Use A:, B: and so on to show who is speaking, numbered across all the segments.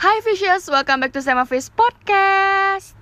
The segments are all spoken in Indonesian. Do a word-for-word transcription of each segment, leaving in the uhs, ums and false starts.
A: Hai Fishes, welcome back to Sema Fish Podcast.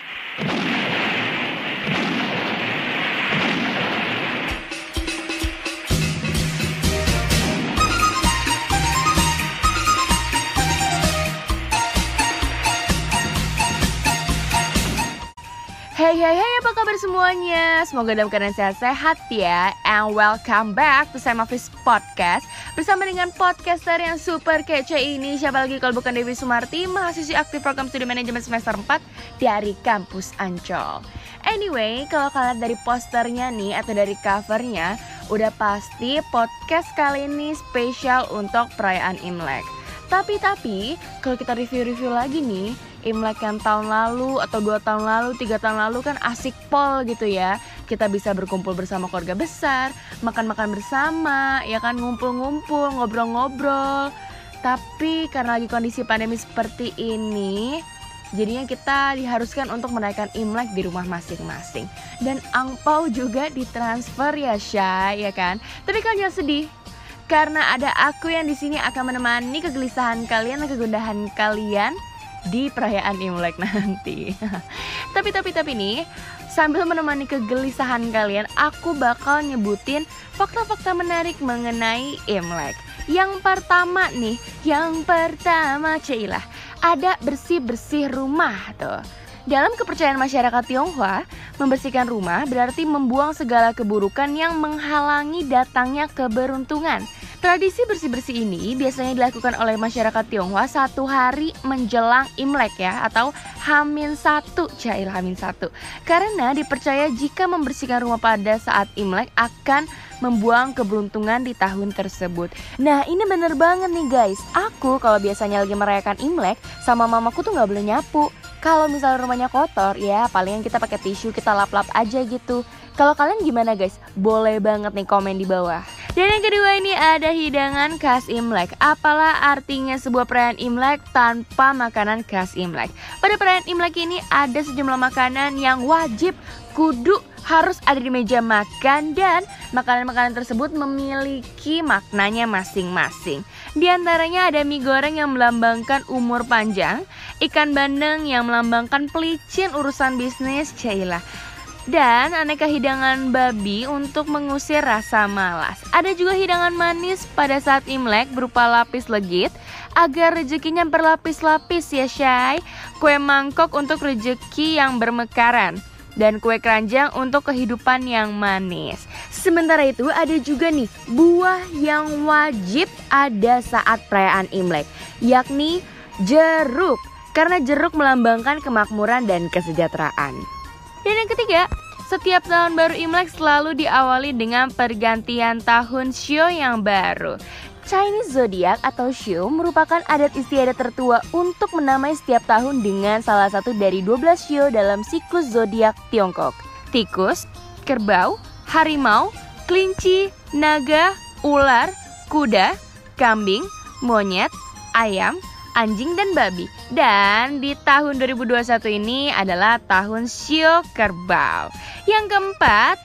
A: Hey hey hey, apa kabar semuanya? Semoga dalam keadaan sehat-sehat ya. And welcome back to Sema Fish Podcast bersama dengan podcaster yang super kece ini. Siapa lagi kalau bukan Dewi Sumarti, mahasiswi aktif program studi manajemen semester empat dari kampus Ancol. Anyway, kalau kalian dari posternya nih atau dari covernya, udah pasti podcast kali ini spesial untuk perayaan Imlek. Tapi-tapi, kalau kita review-review lagi nih, Imlek yang tahun lalu atau dua tahun lalu, tiga tahun lalu kan asik pol gitu ya. Kita bisa berkumpul bersama keluarga besar, makan-makan bersama, ya kan, ngumpul-ngumpul, ngobrol-ngobrol. Tapi karena lagi kondisi pandemi seperti ini, jadinya kita diharuskan untuk merayakan Imlek di rumah masing-masing. Dan angpau juga ditransfer ya Syai, ya kan. Tapi kalian jangan sedih, karena ada aku yang di sini akan menemani kegelisahan kalian dan kegundahan kalian di perayaan Imlek nanti. Tapi tapi tapi nih, sambil menemani kegelisahan kalian, aku bakal nyebutin fakta-fakta menarik mengenai Imlek. Yang pertama nih, yang pertama Cailah, ada bersih-bersih rumah tuh. Dalam kepercayaan masyarakat Tionghoa, membersihkan rumah berarti membuang segala keburukan yang menghalangi datangnya keberuntungan. Tradisi bersih-bersih ini biasanya dilakukan oleh masyarakat Tionghoa satu hari menjelang Imlek ya, atau Hamin satu, Cail Hamin satu. Karena dipercaya jika membersihkan rumah pada saat Imlek akan membuang keberuntungan di tahun tersebut. Nah ini bener banget nih guys. Aku kalau biasanya lagi merayakan Imlek sama mamaku tuh gak boleh nyapu. Kalau misalnya rumahnya kotor ya palingan kita pakai tisu, kita lap-lap aja gitu. Kalau kalian gimana guys? Boleh banget nih komen di bawah. Dan yang kedua ini ada hidangan khas Imlek. Apalah artinya sebuah perayaan Imlek tanpa makanan khas Imlek? Pada perayaan Imlek ini ada sejumlah makanan yang wajib, kudu, harus ada di meja makan. Dan makanan-makanan tersebut memiliki maknanya masing-masing. Di antaranya ada mie goreng yang melambangkan umur panjang, ikan bandeng yang melambangkan pelicin urusan bisnis, Cailah. Dan aneka hidangan babi untuk mengusir rasa malas. Ada juga hidangan manis pada saat Imlek berupa lapis legit agar rezekinya berlapis-lapis ya Syai. Kue mangkok untuk rezeki yang bermekaran dan kue keranjang untuk kehidupan yang manis. Sementara itu ada juga nih buah yang wajib ada saat perayaan Imlek, yakni jeruk. Karena jeruk melambangkan kemakmuran dan kesejahteraan. Dan yang ketiga, setiap tahun baru Imlek selalu diawali dengan pergantian tahun Shio yang baru. Chinese Zodiac atau Shio merupakan adat istiadat tertua untuk menamai setiap tahun dengan salah satu dari dua belas Shio dalam siklus zodiak Tiongkok. Tikus, kerbau, harimau, kelinci, naga, ular, kuda, kambing, monyet, ayam, anjing dan babi. Dan di tahun dua ribu dua puluh satu ini adalah tahun Shio kerbau. Yang keempat,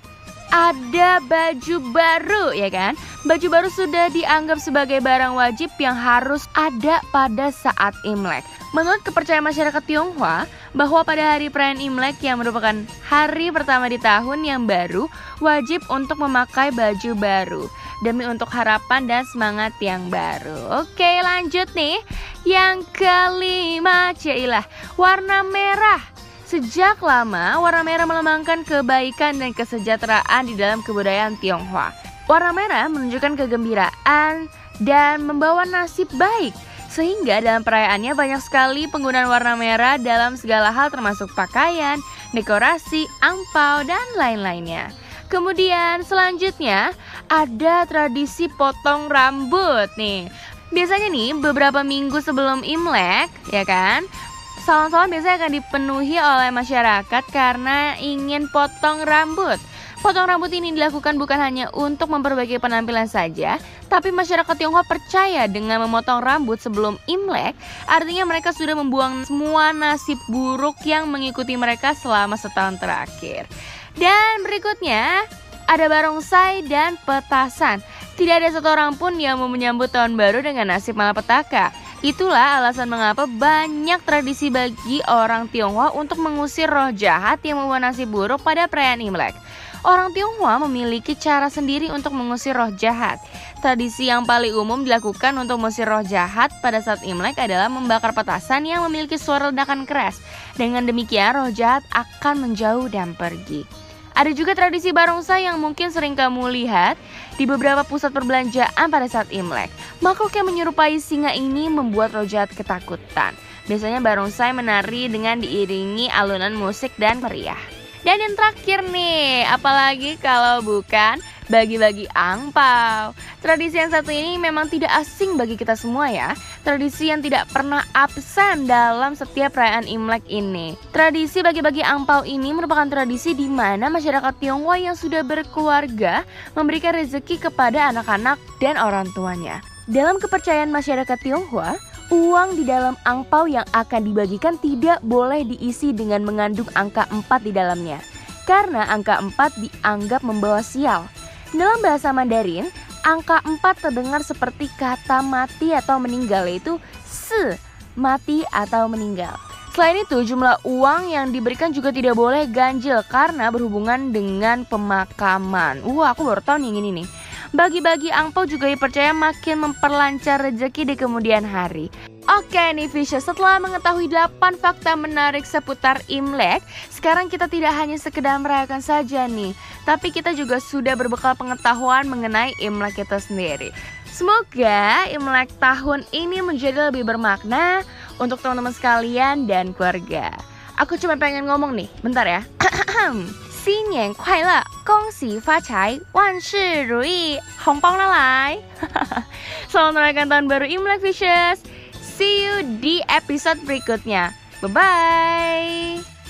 A: ada baju baru ya kan. Baju baru sudah dianggap sebagai barang wajib yang harus ada pada saat Imlek. Menurut kepercayaan masyarakat Tionghoa, bahwa pada hari perayaan Imlek yang merupakan hari pertama di tahun yang baru, wajib untuk memakai baju baru demi untuk harapan dan semangat yang baru. Oke lanjut nih. Yang kelima, Cailah, warna merah. Sejak lama, warna merah melambangkan kebaikan dan kesejahteraan di dalam kebudayaan Tionghoa. Warna merah menunjukkan kegembiraan dan membawa nasib baik. Sehingga dalam perayaannya banyak sekali penggunaan warna merah dalam segala hal termasuk pakaian, dekorasi, angpau, dan lain-lainnya. Kemudian selanjutnya ada tradisi potong rambut nih. Biasanya nih beberapa minggu sebelum Imlek ya kan, salon-salon biasanya akan dipenuhi oleh masyarakat karena ingin potong rambut. Potong rambut ini dilakukan bukan hanya untuk memperbaiki penampilan saja, tapi masyarakat Tionghoa percaya dengan memotong rambut sebelum Imlek, artinya mereka sudah membuang semua nasib buruk yang mengikuti mereka selama setahun terakhir. Dan berikutnya ada barongsai dan petasan. Tidak ada satu orang pun yang mau menyambut tahun baru dengan nasib malapetaka. Itulah alasan mengapa banyak tradisi bagi orang Tionghoa untuk mengusir roh jahat yang membawa nasib buruk pada perayaan Imlek. Orang Tionghoa memiliki cara sendiri untuk mengusir roh jahat. Tradisi yang paling umum dilakukan untuk mengusir roh jahat pada saat Imlek adalah membakar petasan yang memiliki suara ledakan keras. Dengan demikian roh jahat akan menjauh dan pergi. Ada juga tradisi barongsai yang mungkin sering kamu lihat di beberapa pusat perbelanjaan pada saat Imlek. Makhluk yang menyerupai singa ini membuat roh jahat ketakutan. Biasanya barongsai menari dengan diiringi alunan musik dan meriah. Dan yang terakhir nih, apalagi kalau bukan bagi-bagi angpau. Tradisi yang satu ini memang tidak asing bagi kita semua ya. Tradisi yang tidak pernah absen dalam setiap perayaan Imlek ini. Tradisi bagi-bagi angpau ini merupakan tradisi di mana masyarakat Tionghoa yang sudah berkeluarga memberikan rezeki kepada anak-anak dan orang tuanya. Dalam kepercayaan masyarakat Tionghoa, uang di dalam angpau yang akan dibagikan tidak boleh diisi dengan mengandung angka empat di dalamnya. Karena angka empat dianggap membawa sial. Dalam bahasa Mandarin, angka empat terdengar seperti kata mati atau meninggal, yaitu se, mati atau meninggal. Selain itu, jumlah uang yang diberikan juga tidak boleh ganjil karena berhubungan dengan pemakaman. Wah, aku baru tahu nih yang ini nih. Bagi-bagi angpau juga dipercaya makin memperlancar rezeki di kemudian hari. Oke nih Fishes, setelah mengetahui delapan fakta menarik seputar Imlek, sekarang kita tidak hanya sekedar merayakan saja nih, tapi kita juga sudah berbekal pengetahuan mengenai Imlek itu sendiri. Semoga Imlek tahun ini menjadi lebih bermakna untuk teman-teman sekalian dan keluarga. Aku cuma pengen ngomong nih, bentar ya. 新年快乐，恭喜发财，万事如意，红包拿来。Selamat merayakan tahun baru Imlek Fishes. See you di episode berikutnya. Bye bye.